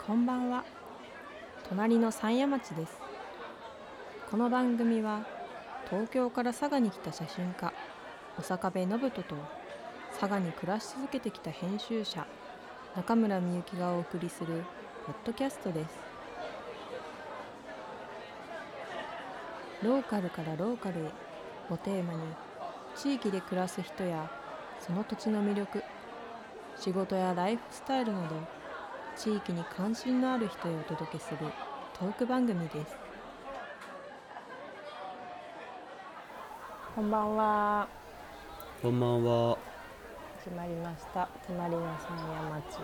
こんばんは。隣の山谷町です。この番組は東京から佐賀に来た写真家小坂部信人と佐賀に暮らし続けてきた編集者中村みゆきがお送りするポッドキャストです。ローカルからローカルへをテーマに、地域で暮らす人やその土地の魅力、仕事やライフスタイルなど地域に関心のある人へお届けするトーク番組です。こんばんは。 こんばんは。 始まりました隣の山谷町。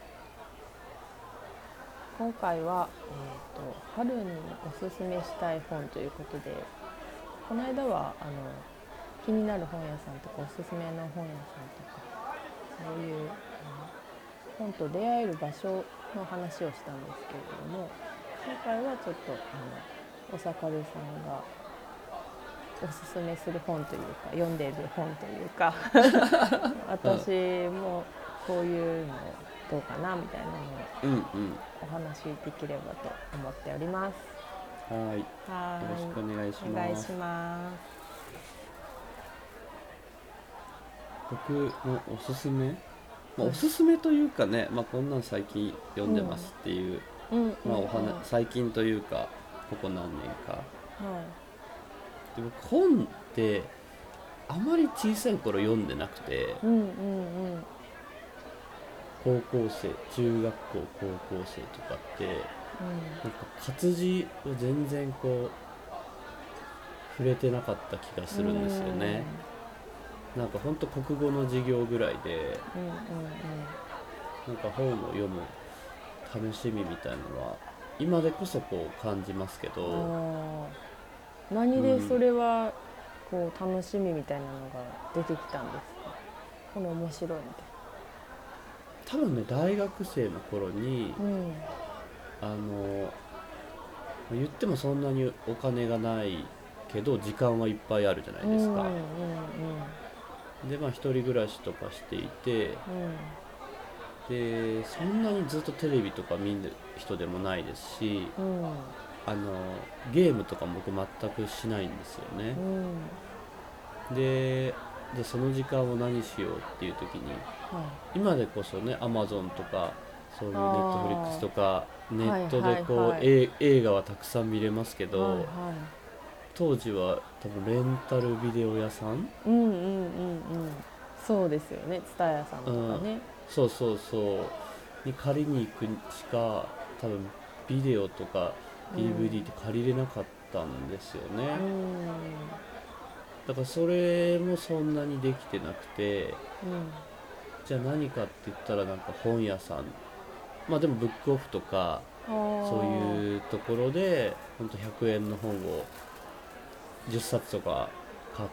今回は、春におすすめしたい本ということで、この間は気になる本屋さんとかおすすめの本屋さんとかそういう本と出会える場所の話をしたんですけれども、今回はちょっとおさかるさんがおすすめする本というか読んでいる本というか私もこういうのどうかなみたいなのをお話しできればと思っております。 はい。よはいろしくお願いしお願いします。 ます。 僕のおすすめ、おすすめというかね、こんなん最近読んでますっていう、最近というかここ何年か。でも本ってあまり小さい頃読んでなくて、高校生、中学校、高校生とかって、なんか活字を全然こう触れてなかった気がするんですよね。なんかほんと国語の授業ぐらいで、なんか本を読む楽しみみたいなのは今でこそこう感じますけど。 何でそれはこう楽しみみたいなのが出てきたんですか？この面白いみたい多分ね、大学生の頃に、言ってもそんなにお金がないけど時間はいっぱいあるじゃないですか。で一人暮らしとかしていて、でそんなにずっとテレビとか見る人でもないですし、ゲームとか僕全くしないんですよね。でその時間を何しようっていう時に、今でこそね Amazon とかそういう Netflix とかネットでこう、映画はたくさん見れますけど、当時は多分レンタルビデオ屋さん、 そうですよね、蔦屋さんとかね、 に借りに行くしか多分ビデオとか DVD って借りれなかったんですよね。だからそれもそんなにできてなくて、じゃあ何かって言ったらなんか本屋さん、でもブックオフとかそういうところでほんと100円の本を10冊とか買って、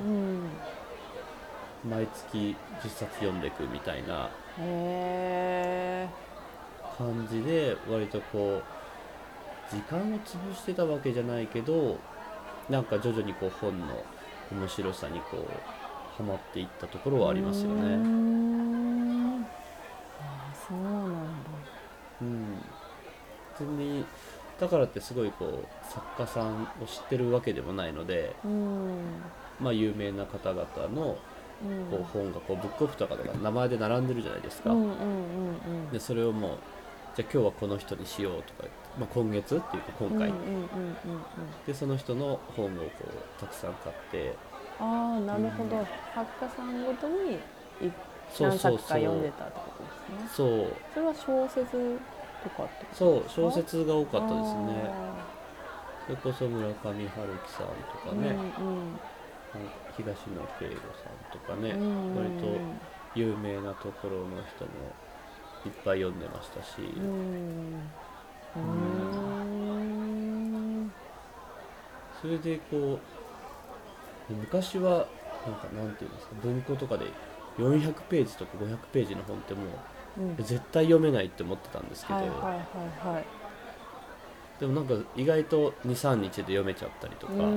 毎月10冊読んでいくみたいな感じで、割とこう時間を潰してたわけじゃないけど、なんか徐々にこう本の面白さにこうハマっていったところはありますよね。 そうなんだ。 別にだからってすごいこう作家さんを知ってるわけでもないので、有名な方々のこう本がこうブックオフとかで名前で並んでるじゃないですか。でそれをもうじゃあ今日はこの人にしようとか言って、今月っていうか今回、でその人の本をこうたくさん買って、 なるほど、作家さんごとに何作か読んでたってことですね。それは小説とかってことですか？ 小説が多かったですね。それこそ村上春樹さんとかね、東野圭吾さんとかね、割と有名なところの人もいっぱい読んでましたし、それでこう昔はなんていうんですか、文庫とかで400ページとか500ページの本ってもう、絶対読めないって思ってたんですけど、でもなんか意外と 2,3 日で読めちゃったりとか、も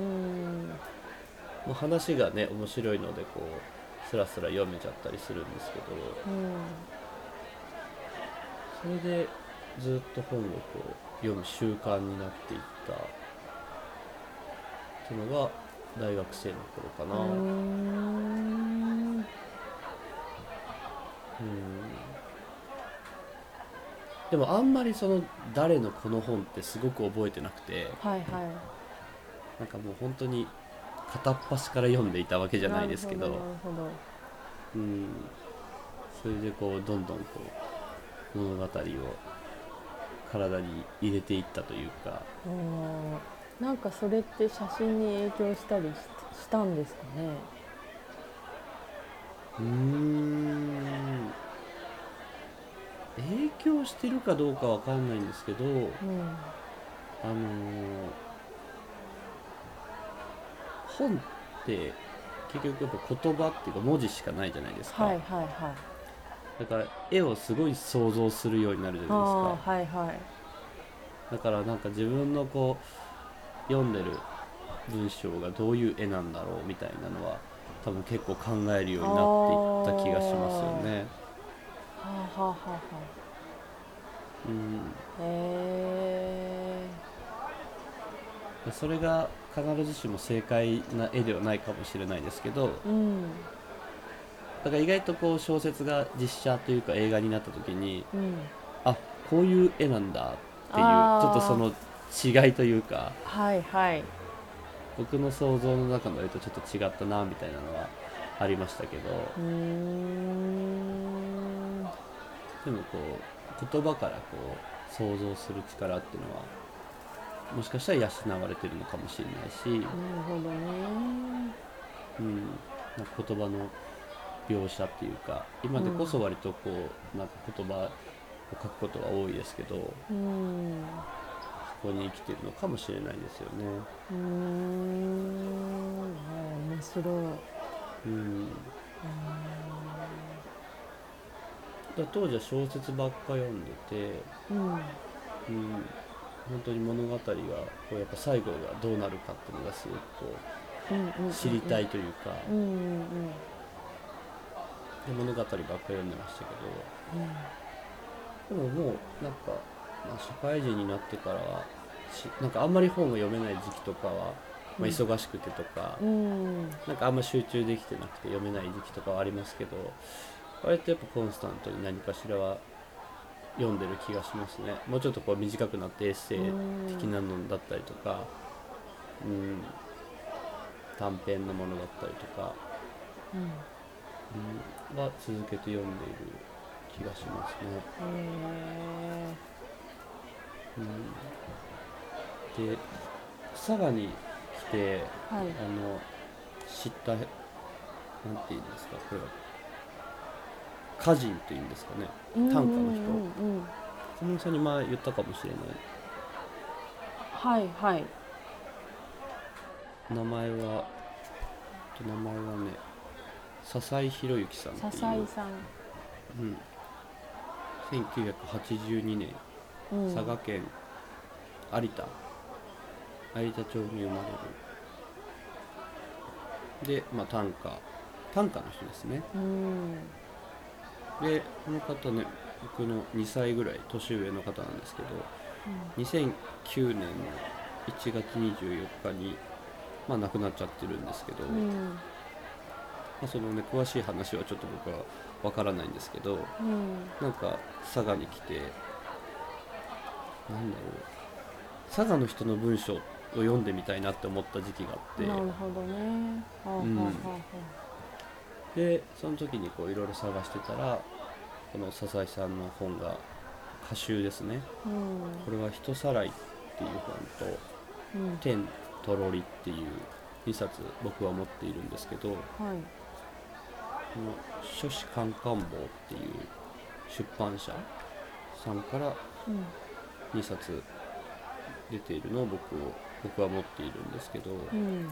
う話がね面白いのでこうスラスラ読めちゃったりするんですけど、それでずっと本をこう読む習慣になっていったっていうのが大学生の頃かな。でもあんまりその誰のこの本ってすごく覚えてなくて、 はいはい、 なんかもう本当に片っ端から読んでいたわけじゃないですけど、 なるほど、 それでこうどんどんこう物語を体に入れていったというか。 なんかそれって写真に影響したりしたんですかね。 影響してるかどうかわかんないんですけど、本って結局やっぱ言葉っていうか文字しかないじゃないですか。 はいはいはい。 だから絵をすごい想像するようになるじゃないですか。 はいはい。 だからなんか自分のこう読んでる文章がどういう絵なんだろうみたいなのは多分結構考えるようになっていった気がしますよね。それが必ずしも正解な絵ではないかもしれないですけど、だから意外とこう小説が実写というか映画になった時に、あ、こういう絵なんだっていうちょっとその違いというか、僕の想像の中の絵とちょっと違ったなみたいなのはありましたけど、でもこう言葉からこう想像する力っていうのはもしかしたら養われてるのかもしれないし、 なるほどね。 なんか言葉の描写っていうか、今でこそ割とこうなんか言葉を書くことは多いですけど、そこに生きてるのかもしれないですよね。 面白い。 だ当時は小説ばっか読んでて、本当に物語がこうやっぱ最後がどうなるかっていうのがすごくこう知りたいというか、で物語ばっか読んでましたけど、でももうなんか、社会人になってからはなんかあんまり本を読めない時期とかは、忙しくてとか、なんかあんま集中できてなくて読めない時期とかはありますけど、割とやっぱコンスタントに何かしらは読んでる気がしますね。もうちょっとこう短くなってエッセイ的なのだったりとか、短編のものだったりとか、は続けて読んでいる気がしますね。で佐賀に来て、知ったなんていうんですか、これは歌人というんですかね、短歌の人、小室さんに前言ったかもしれない。名前はね、笹井宏之さんっていう、 笹井さん、 1982年、佐賀県有田町に生まれるで、短歌の人ですね。でこの方ね、僕の2歳ぐらい年上の方なんですけど、2009年の1月24日に、亡くなっちゃってるんですけど、そのね詳しい話はちょっと僕はわからないんですけど、なんか佐賀に来て、なんだろう、佐賀の人の文章を読んでみたいなって思った時期があって、 なるほどね。 でその時にこういろいろ探してたら、この笹井さんの本が歌集ですね、これは人さらいっていう本と、天とろりっていう2冊僕は持っているんですけど、この書士カンカン坊っていう出版社さんから2冊出ているのを僕は持っているんですけど、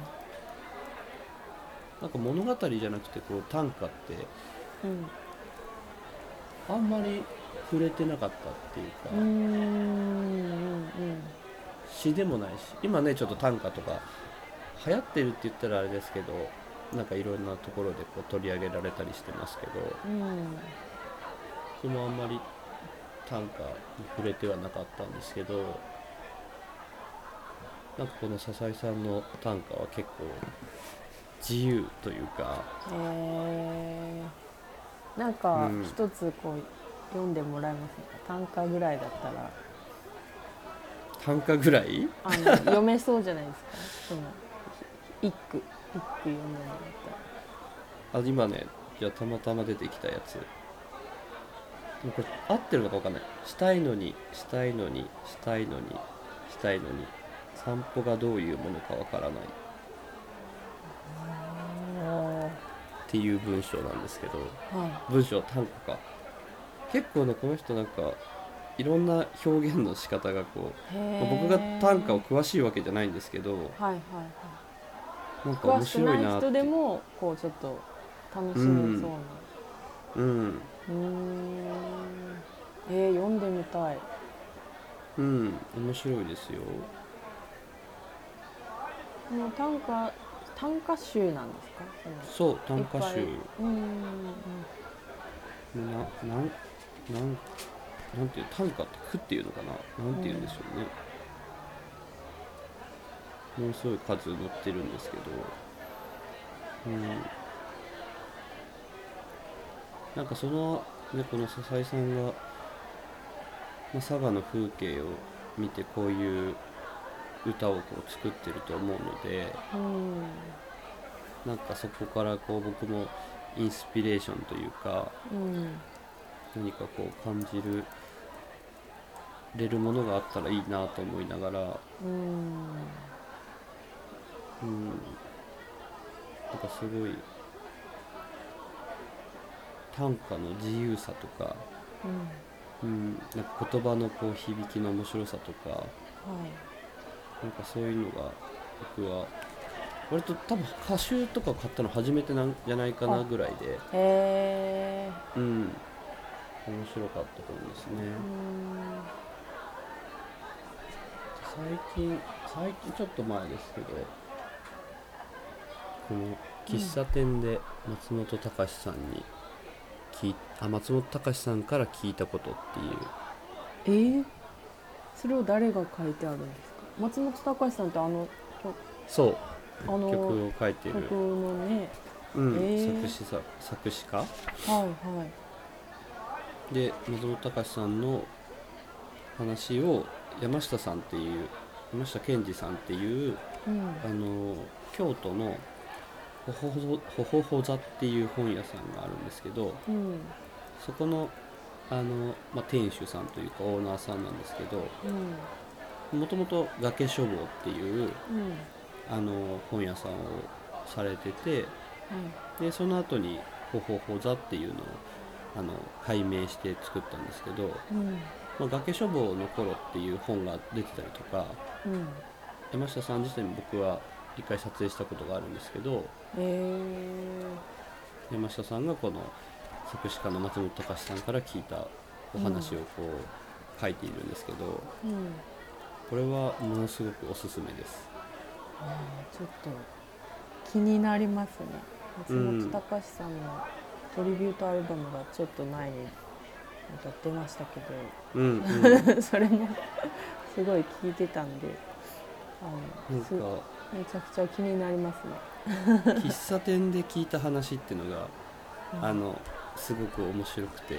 なんか物語じゃなくてこう短歌って、あんまり触れてなかったっていうか、詩でもないし、今ねちょっと短歌とか流行ってるって言ったらあれですけど、なんかいろんなところでこう取り上げられたりしてますけど、それもあんまり短歌に触れてはなかったんですけど、なんかこの笹井さんの短歌は結構自由というか、 なんか一つこう読んでもらえますか？短歌ぐらいだったら。 短歌ぐらい読めそうじゃないですか。その一句読むのだったら。 今ね、じゃあたまたま出てきたやつ、でもこれ合ってるのか分かんない。したいのにしたいのにしたいのにしたいのに散歩がどういうものか分からないっていう文章なんですけど、文章短歌か。結構ね、この人なんかいろんな表現の仕方がこう、僕が短歌を詳しいわけじゃないんですけど、なんか面白いなって。詳しくない人でもこうちょっと楽しめそうな。読んでみたい。 面白いですよ。 もう短歌集なんですか？ そう、短歌集。なんていう、短歌って句っていうのかな、なんていうんでしょうね。ものすごい数載ってるんですけど、なんかその、ね、この笹井さんが、佐賀の風景を見てこういう歌をこう作ってると思うので、なんかそこからこう僕もインスピレーションというか、何かこう感じれるものがあったらいいなと思いながら、なんかすごい短歌の自由さとか、なんか言葉のこう響きの面白さとか、なんかそういうのが僕は割と多分歌集とか買ったの初めてなんじゃないかなぐらいで、面白かった本ですね。最近ちょっと前ですけど、この喫茶店で松本隆さんに松本隆さんから聞いたことっていう。 それを誰が書いてあるんですか？松本隆さんってそう、曲を書いてる曲のね、 作詞家で、松本隆さんの話を山下健二さんっていう、京都のほほほ座っていう本屋さんがあるんですけど、そこの店主さんというかオーナーさんなんですけど、もともと崖書房っていう、本屋さんをされてて、でその後にほほほ座っていうのを改名して作ったんですけど、崖書房の頃っていう本が出てたりとか、山下さん自身僕は一回撮影したことがあるんですけど、山下さんがこの作詞家の松本隆さんから聞いたお話をこう書いているんですけど、これはものすごくおすすめです。 ちょっと気になりますね。松本隆さんのトリビュートアルバムがちょっと前に出ましたけど、それもすごい聞いてたんで、めちゃくちゃ気になりますね。 喫茶店で聞いた話っていうのが、すごく面白くて、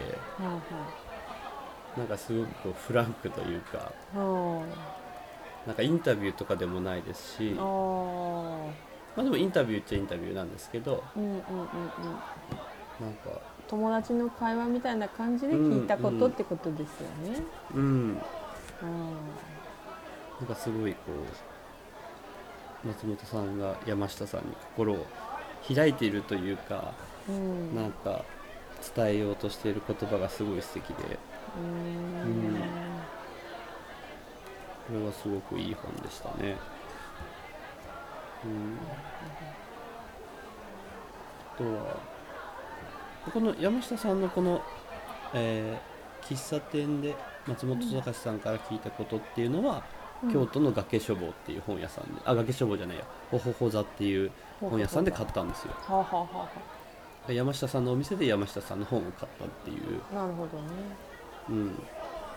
なんかすごくこうフランクというか、なんかインタビューとかでもないですし、でもインタビューっちゃインタビューなんですけど、なんか友達の会話みたいな感じで聞いたことってことですよね。 なんかすごいこう松本さんが山下さんに心を開いているというか、なんか伝えようとしている言葉がすごい素敵で、これはすごくいい本でしたね。あとはこの山下さんのこの、喫茶店で松本隆さんから聞いたことっていうのは、京都の崖書房っていう本屋さんで、崖書房じゃないや、ほほほ座っていう本屋さんで買ったんですよ。山下さんのお店で山下さんの本を買ったっていう。 なるほどね。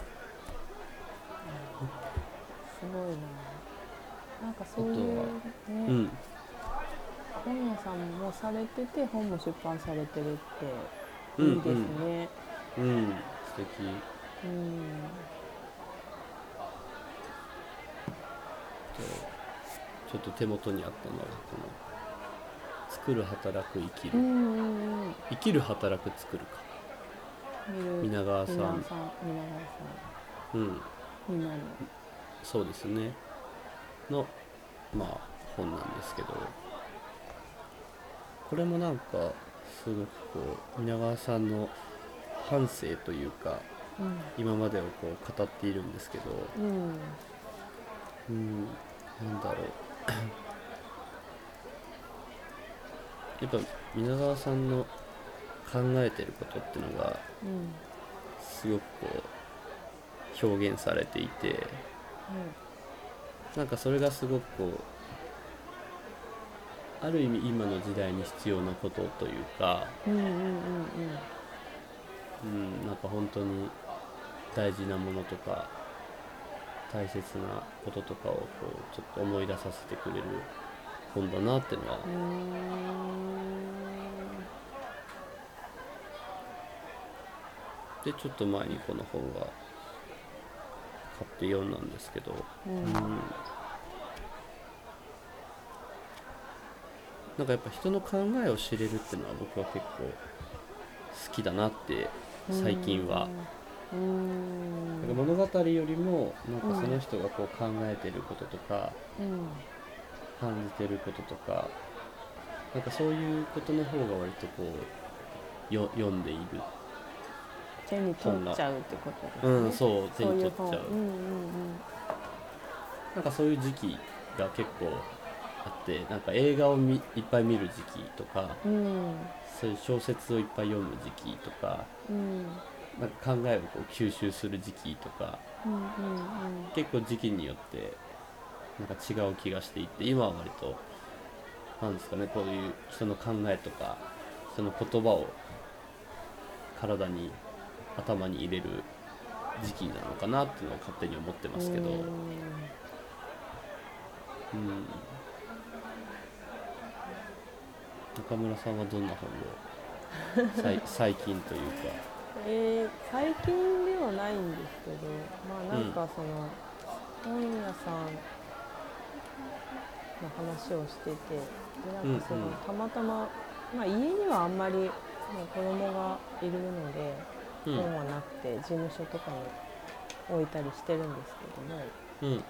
すごいな。なんかそういうね、 うん、 本屋さんもされてて本も出版されてるってうんいいですね。 うん、素敵。 うん、 ちょっと手元にあったのはこの作る働く生きる、 うんうんうん。 生きる働く作るか、皆川さん。 皆川さうん、 ん、みんなの。 そうですねのまあ本なんですけど、これもなんかすごくこう皆川さんの半生というか今までをこう語っているんですけど、 うんうんうん、なんだろうやっぱ皆川さんの考えてることっていうのがうんすごくこう表現されていて、なんかそれがすごくこうある意味今の時代に必要なことというか、 うんうんうんうんなんか本当に大事なものとか大切なこととかをこうちょっと思い出させてくれる本だなっていうのは、でちょっと前にこの本が買って読んだんですけど、なんかやっぱ人の考えを知れるっていうのは僕は結構好きだなって最近は。なんか物語よりもなんかその人がこう考えてることとか、感じてることとか、なんかそういうことの方が割とこう読んでいる。 手に取っちゃうってことですね。 うん、そう手に取っちゃう。なんかそういう時期が結構あって、なんか映画をいっぱい見る時期とか、そういう小説をいっぱい読む時期とか、なんか考えをこう吸収する時期とか、結構時期によってなんか違う気がしていて、今は割となんですかね、こういう人の考えとかその言葉を体に頭に入れる時期なのかなっていうのを勝手に思ってますけど、中村さんはどんな本を最近というか。 最近ではないんですけど、まあなんかその本屋さんの話をしてて、でなんかそのたまたま、まあ、家にはあんまりもう子供がいるので本はなくて事務所とかに置いたりしてるんですけども、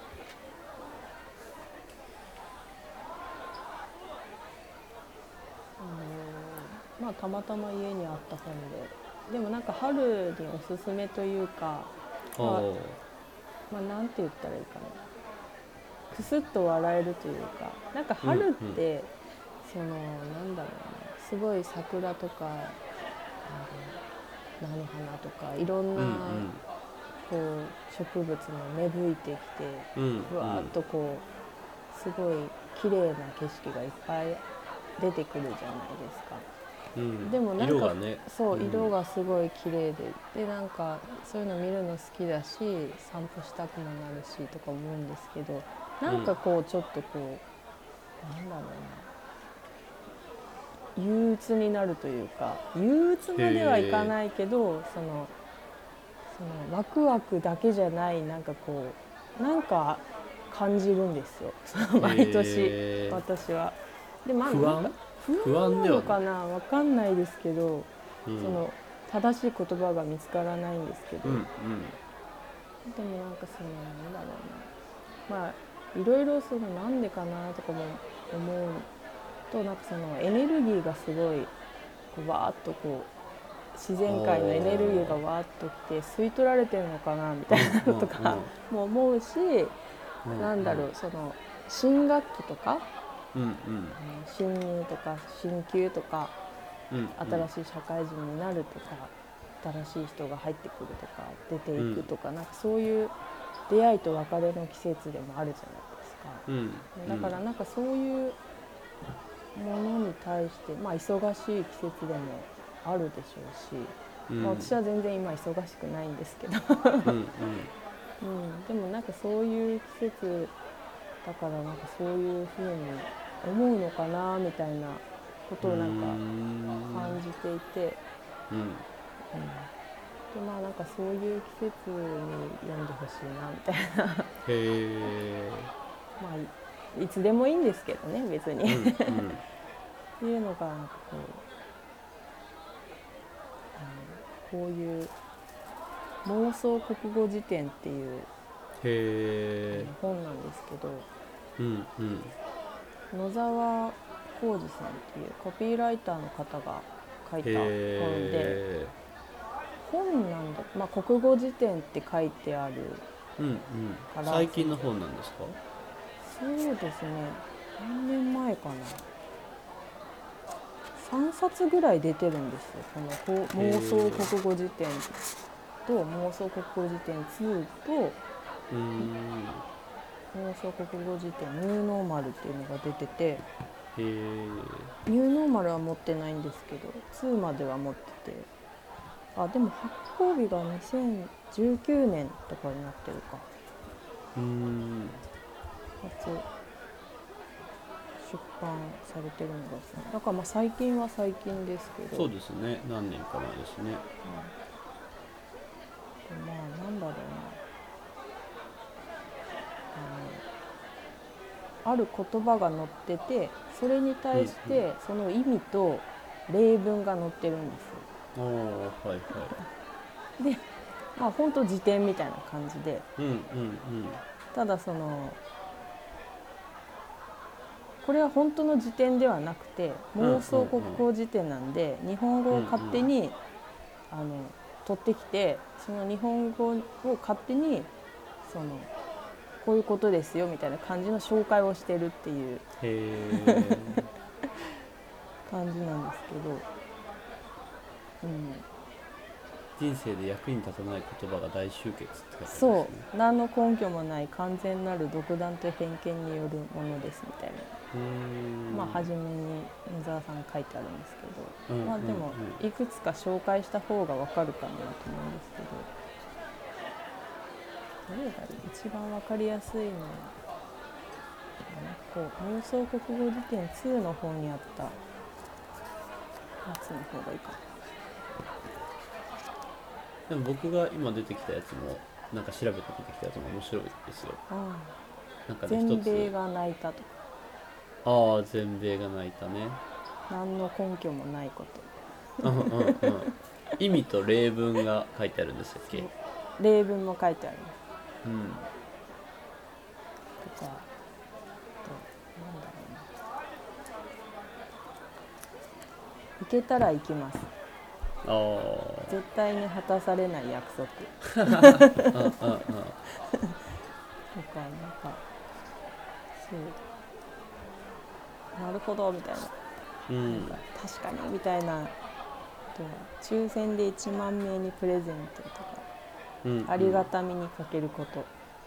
まあたまたま家にあった本でもなんか春におすすめというか、まあなんて言ったらいいかな、くすっと笑えるというか、なんか春って、そのなんだろうな、すごい桜とか菜の花とかいろんなこう植物も芽吹いてきて、ふわっとこうすごい綺麗な景色がいっぱい出てくるじゃないですか。でもなんか色がね、 そう色がすごい綺麗でなんかそういうの見るの好きだし散歩したくもなるしとか思うんですけど、なんかこうちょっとこうなんだろうな、憂鬱になるというか、憂鬱まではいかないけど、そのワクワクだけじゃない、なんかこうなんか感じるんですよ毎年私は。でまあ不安なのかな、分かんないですけど、その正しい言葉が見つからないんですけど、でもなんかそのなんだろうな、まあいろいろそのなんでかなとかも思うと、なんかそのエネルギーがすごいこうわーっとこう自然界のエネルギーがわーっときて吸い取られてるのかなみたいなのとかも思うし、なんだろう、その新学期とか、新入とか新級とか、新しい社会人になるとか、新しい人が入ってくるとか出ていくとか、なんかそういう出会いと別れの季節でもあるじゃないですか。だからなんかそういうものに対して、まあ、忙しい季節でもあるでしょうし、まあ、私は全然今忙しくないんですけどでもなんかそういう季節だからなんかそういうふうに思うのかなみたいなことをなんか感じていて、でまあなんかそういう季節に読んでほしいなみたいなへえ。 まあいつでもいいんですけどね別にっていうのがなんかこういう妄想国語辞典っていう本なんですけど、野沢浩二さんっていうコピーライターの方が書いた本で、本なんだ、まあ、国語辞典って書いてあるから、最近の本なんですか？ そうですね、何年前かな、3冊ぐらい出てるんですよ。この妄想国語辞典と妄想国語辞典2と妄想国語辞典ニューノーマルっていうのが出てて、ニューノーマルは持ってないんですけど2までは持ってて、あでも発行日が2019年とかになってるか、出版されてるのがですね、だからまあ最近は最近ですけど、 そうですね、何年か前ですね。 まあなんだろうな、ある言葉が載ってて、それに対してその意味と例文が載ってるんですよ。 はいはい。 で、まあ本当辞典みたいな感じで、ただそのこれは本当の辞典ではなくて妄想国語辞典なんで、日本語を勝手に取ってきて、その日本語を勝手にこういうことですよみたいな感じの紹介をしてるっていう感じなんですけど、 人生で役に立たない言葉が大集結って書いてありますね。 そう、何の根拠もない完全なる独断と偏見によるものですみたいな、まあ初めに野沢さん書いてあるんですけど、まあでもいくつか紹介した方がわかるかなと思うんですけど、どれが一番わかりやすいのは妄想国語辞典2の方にあったやつの方がいいかな。 でも僕が今出てきたやつもなんか調べて出てきたやつも面白いですよ。 なんかね、全米が泣いたとか。 全米が泣いたね。 何の根拠もないこと。 意味と例文が書いてあるんですっけ？ 例文も書いてあります。とか、なんだろうな。行けたら行きます。絶対に果たされない約束とかなんかそうなるほどみたいな、なんか確かにみたいな、抽選で1万名にプレゼントとか、ありがたみにかけること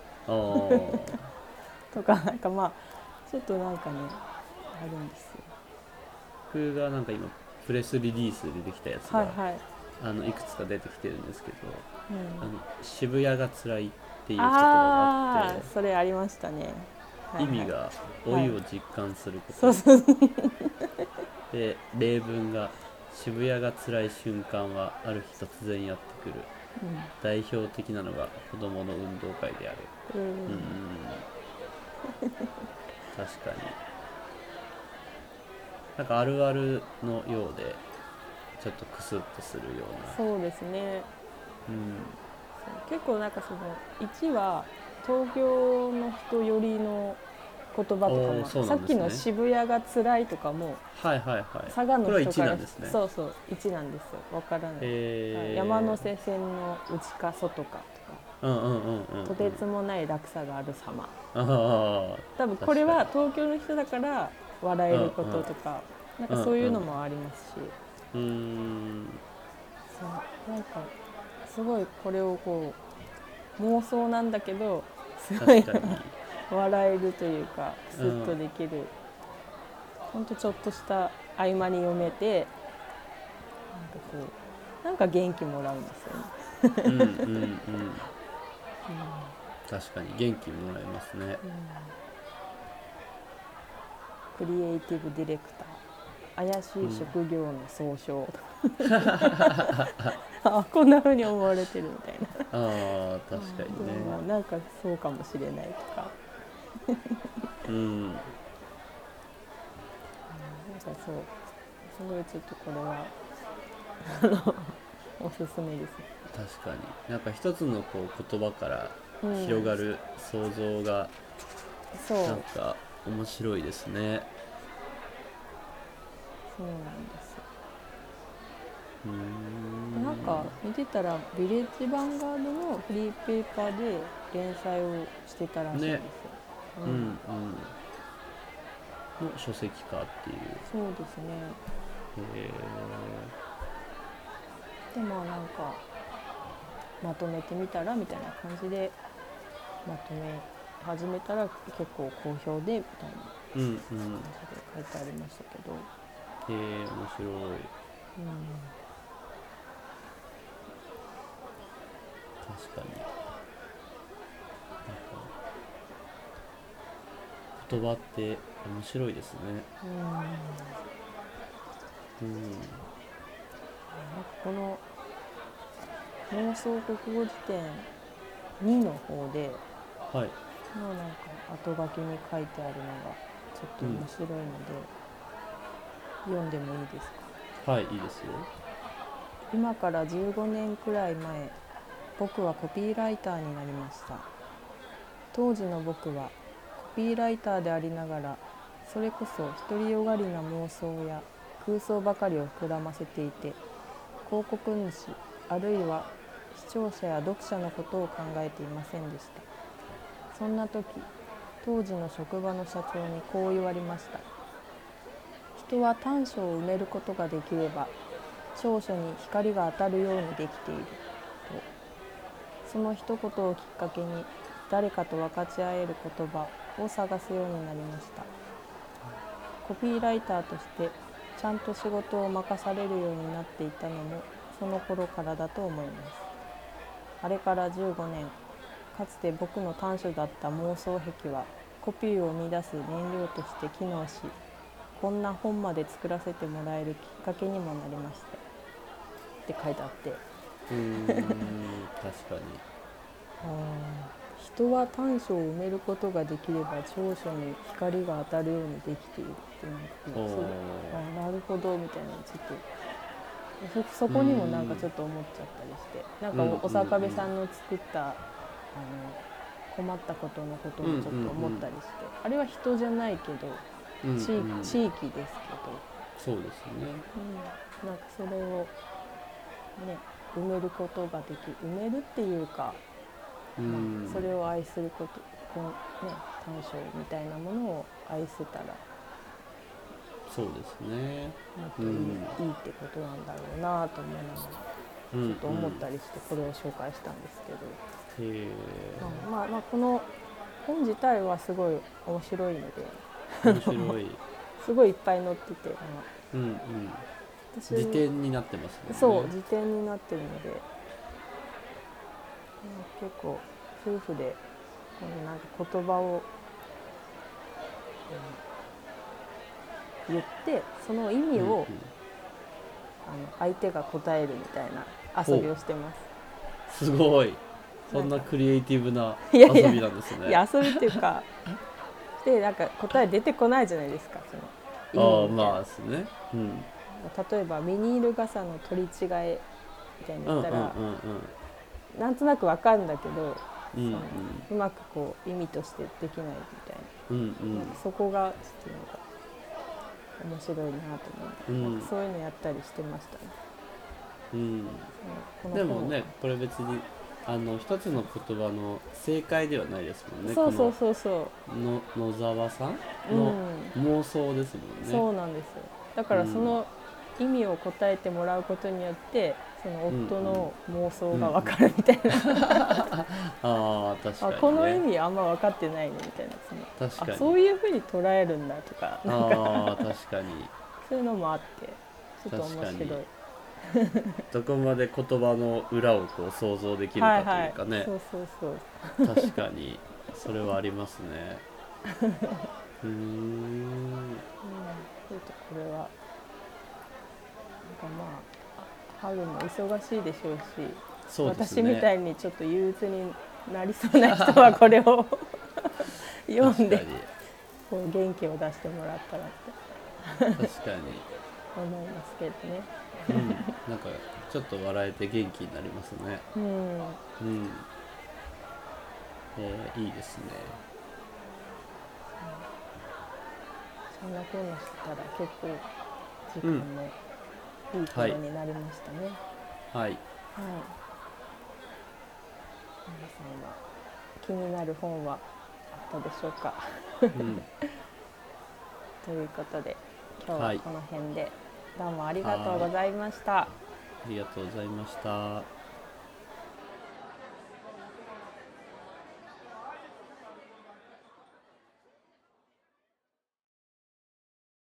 とか、なんかまあちょっとなんかねあるんですよ。 僕がなんか今プレスリリースで出てきたやつが、いくつか出てきてるんですけど、渋谷が辛いっていう言葉があって、 それありましたね。 意味が老いを実感すること、で例文が渋谷が辛い瞬間はある日突然やってくる、代表的なのが子どもの運動会である。確かになんかあるあるのようでちょっとクスッとするような。 そうですね、結構なんかその1は東京の人寄りの言葉とかも、さっきの渋谷が辛いとかも、佐賀の人から、そうそう1なんですよ。わからない、山手線の内か外かとか、とてつもない落差がある様、多分これは東京の人だから笑えることとか、なんかそういうのもありますし、そうなんかすごいこれを妄想なんだけどすごい笑えるというか、スッとできる、ほんとちょっとした合間に読めて、なんか元気もらうんですよね。 確かに元気もらえますね。 クリエイティブディレクター、怪しい職業の総称、あ、こんな風に思われてるみたいな。 ああ確かにね。 まあなんかそうかもしれないとか、 うんなんかそう、すごいちょっとこれはおすすめですね。 確かになんか一つのこう言葉からうん広がる想像がそうなんか面白いですね。 そうなんですよ。 うーんなんか見てたらビレッジヴァンガードのフリーペーパーで連載をしてたらしいんですよ、 ねうんうんの書籍化っていう。 そうですね。 へでもなんかまとめてみたらみたいな感じでまとめ始めたら結構好評でみたいなうんうん感じで書いてありましたけど、 へえ面白い。確かになんか言葉って面白いですね。うんこの妄想国語辞典2の方ではいのなんか後書きに書いてあるのがちょっと面白いので、読んでもいいですか？ はいいいですよ。 今から15年くらい前、僕はコピーライターになりました。当時の僕はコピーライターでありながら、それこそ独りよがりな妄想や空想ばかりを膨らませていて、広告主あるいは視聴者や読者のことを考えていませんでした。そんな時、当時の職場の社長にこう言われました。人は短所を埋めることができれば長所に光が当たるようにできていると。その一言をきっかけに誰かと分かち合える言葉を探すようになりました。コピーライターとしてちゃんと仕事を任されるようになっていたのもその頃からだと思います。あれから15年、かつて僕の短所だった妄想癖はコピーを生み出す燃料として機能し、こんな本まで作らせてもらえるきっかけにもなりましたって書いてあって、 確かに人は短所を埋めることができれば長所に光が当たるようにできているってなんかなるほどみたいな、ちょっとそこにもなんかちょっと思っちゃったりして、なんかお坂部さんの作った困ったことのこともちょっと思ったりして、あれは人じゃないけど地域ですけど、 そうですね、 なんかそれをね埋めることができる、埋めるっていうか、それを愛すること、短所みたいなものを愛せたらそうですね、 もっといいってことなんだろうなと思いながらちょっと思ったりしてこれを紹介したんですけど、まあこの本自体はすごい面白いので面白いすごいいっぱい載ってて、 辞典になってますね。 そう辞典になってるので、結構夫婦でこのなんか言葉を、言ってその意味を、相手が答えるみたいな遊びをしてます。 すごい、そんなクリエイティブな遊びなんですね。 いや遊びっていうかでなんか答え出てこないじゃないですか、その意味みたいな。 まあですね、 例えばビニール傘の取り違えみたいに言ったら、なんとなくわかるんだけど、うまくこう意味としてできないみたいな、そこがちょっとなんか面白いなと思って、なんかそういうのやったりしてましたね。 でもね、これ別に一つの言葉の正解ではないですもんね。 そう野沢さんの妄想ですもんね。 そうなんですよ。だからその意味を答えてもらうことによってその夫の妄想が分かるみたいな、 確かに、ね、 この意味あんま分かってないねみたいな、 確かにそういうふうに捉えるんだとか、なんか確かにそういうのもあってちょっと面白い。 どこまで言葉の裏をこう想像できるかというかね、 はいはい、そうそうそう、 確かにそれはありますね。うーん、 ちょっとこれはなんかまあ春も忙しいでしょうし、 そうです私みたね。 いにちょっと憂鬱になりそうな人はこれを読んで確かにこう元気を出してもらったらって確かに、 思いますけどね。 うん、なんかちょっと笑えて元気になりますね。 うん、 うん、いいですね。 そんな風にしたら結構時間もいいはい頃になりましたね。 はい、 はい。皆さんは気になる本はあったでしょうか。 うん、 ということで今日ははいこの辺でどうもありがとうございました。 ありがとうございました。